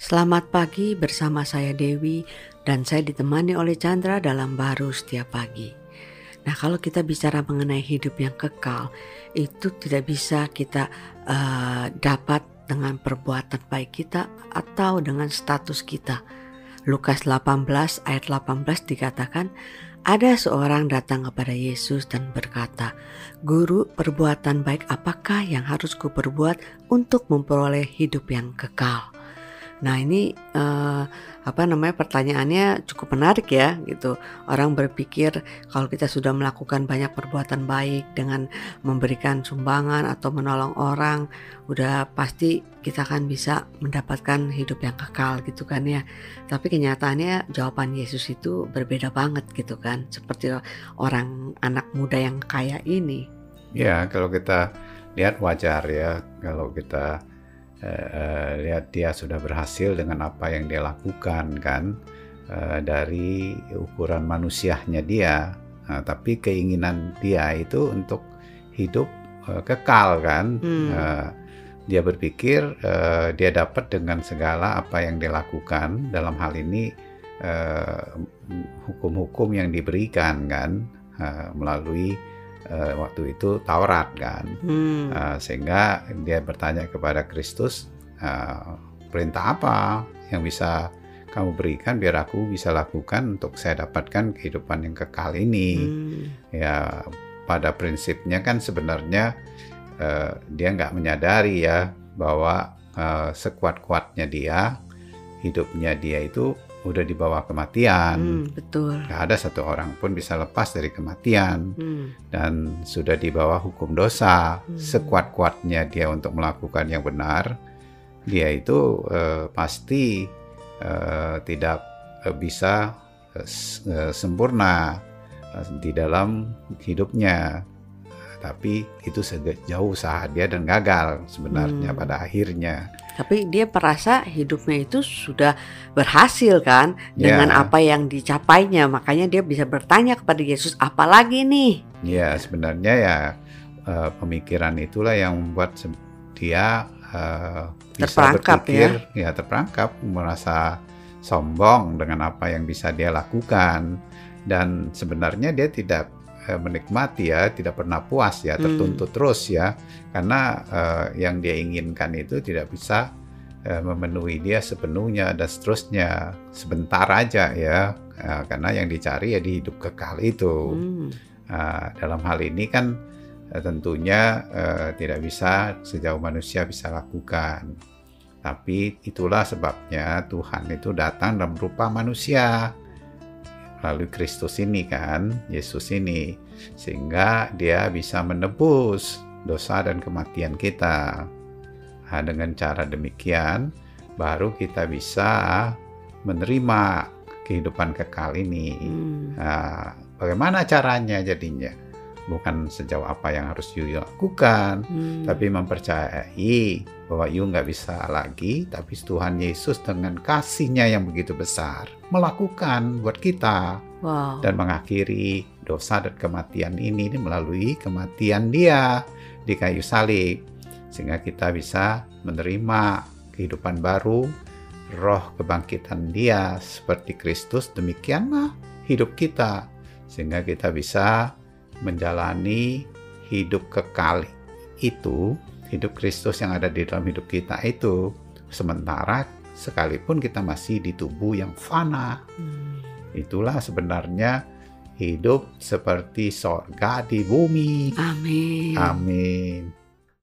Selamat pagi bersama saya Dewi dan saya ditemani oleh Chandra dalam Baru Setiap Pagi. Nah, kalau kita bicara mengenai hidup yang kekal, itu tidak bisa kita dapat dengan perbuatan baik kita atau dengan status kita. Lukas 18 ayat 18 dikatakan, ada seorang datang kepada Yesus dan berkata, "Guru, perbuatan baik apakah yang harus kuperbuat untuk memperoleh hidup yang kekal?" Nah ini pertanyaannya cukup menarik ya gitu. Orang berpikir kalau kita sudah melakukan banyak perbuatan baik dengan memberikan sumbangan atau menolong orang, udah pasti kita akan bisa mendapatkan hidup yang kekal gitu kan ya. Tapi kenyataannya jawaban Yesus itu berbeda banget gitu kan. Seperti orang anak muda yang kaya ini. Ya, kalau kita lihat wajar ya, kalau kita lihat dia sudah berhasil dengan apa yang dia lakukan kan, dari ukuran manusianya dia, tapi keinginan dia itu untuk hidup kekal kan. Dia berpikir dia dapat dengan segala apa yang dia lakukan, dalam hal ini hukum-hukum yang diberikan kan, melalui waktu itu Taurat kan. Sehingga dia bertanya kepada Kristus, perintah apa yang bisa kamu berikan biar aku bisa lakukan untuk saya dapatkan kehidupan yang kekal ini. Ya, pada prinsipnya kan sebenarnya dia nggak menyadari ya bahwa sekuat-kuatnya dia, hidupnya dia itu udah di bawah kematian. Betul. Gak ada satu orang pun bisa lepas dari kematian, dan sudah di bawah hukum dosa. Sekuat-kuatnya dia untuk melakukan yang benar, dia itu pasti tidak bisa sempurna di dalam hidupnya. Tapi itu jauh usaha dia dan gagal sebenarnya pada akhirnya. Tapi dia merasa hidupnya itu sudah berhasil kan dengan apa yang dicapainya. Makanya dia bisa bertanya kepada Yesus, apa lagi nih? Ya, sebenarnya ya pemikiran itulah yang membuat dia bisa berpikir terperangkap, merasa sombong dengan apa yang bisa dia lakukan. Dan sebenarnya dia tidak menikmati ya, tidak pernah puas ya, tertuntut terus ya, karena yang dia inginkan itu tidak bisa memenuhi dia sepenuhnya dan seterusnya, sebentar aja ya, karena yang dicari ya di hidup kekal itu. Dalam hal ini kan tentunya tidak bisa sejauh manusia bisa lakukan, tapi itulah sebabnya Tuhan itu datang dalam rupa manusia melalui Kristus ini kan, Yesus ini, sehingga dia bisa menebus dosa dan kematian kita. Nah, dengan cara demikian baru kita bisa menerima kehidupan kekal ini. Nah, bagaimana caranya jadinya? Bukan sejauh apa yang harus you lakukan, tapi mempercayai bahwa you nggak bisa lagi, tapi Tuhan Yesus dengan kasih-Nya yang begitu besar melakukan buat kita. Dan mengakhiri dosa dan kematian ini melalui kematian Dia di kayu salib, sehingga kita bisa menerima kehidupan baru, roh kebangkitan Dia seperti Kristus, demikianlah hidup kita, sehingga kita bisa menjalani hidup kekal itu, hidup Kristus yang ada di dalam hidup kita itu, sementara sekalipun kita masih di tubuh yang fana. Itulah sebenarnya hidup seperti sorga di bumi. Amin. Amin.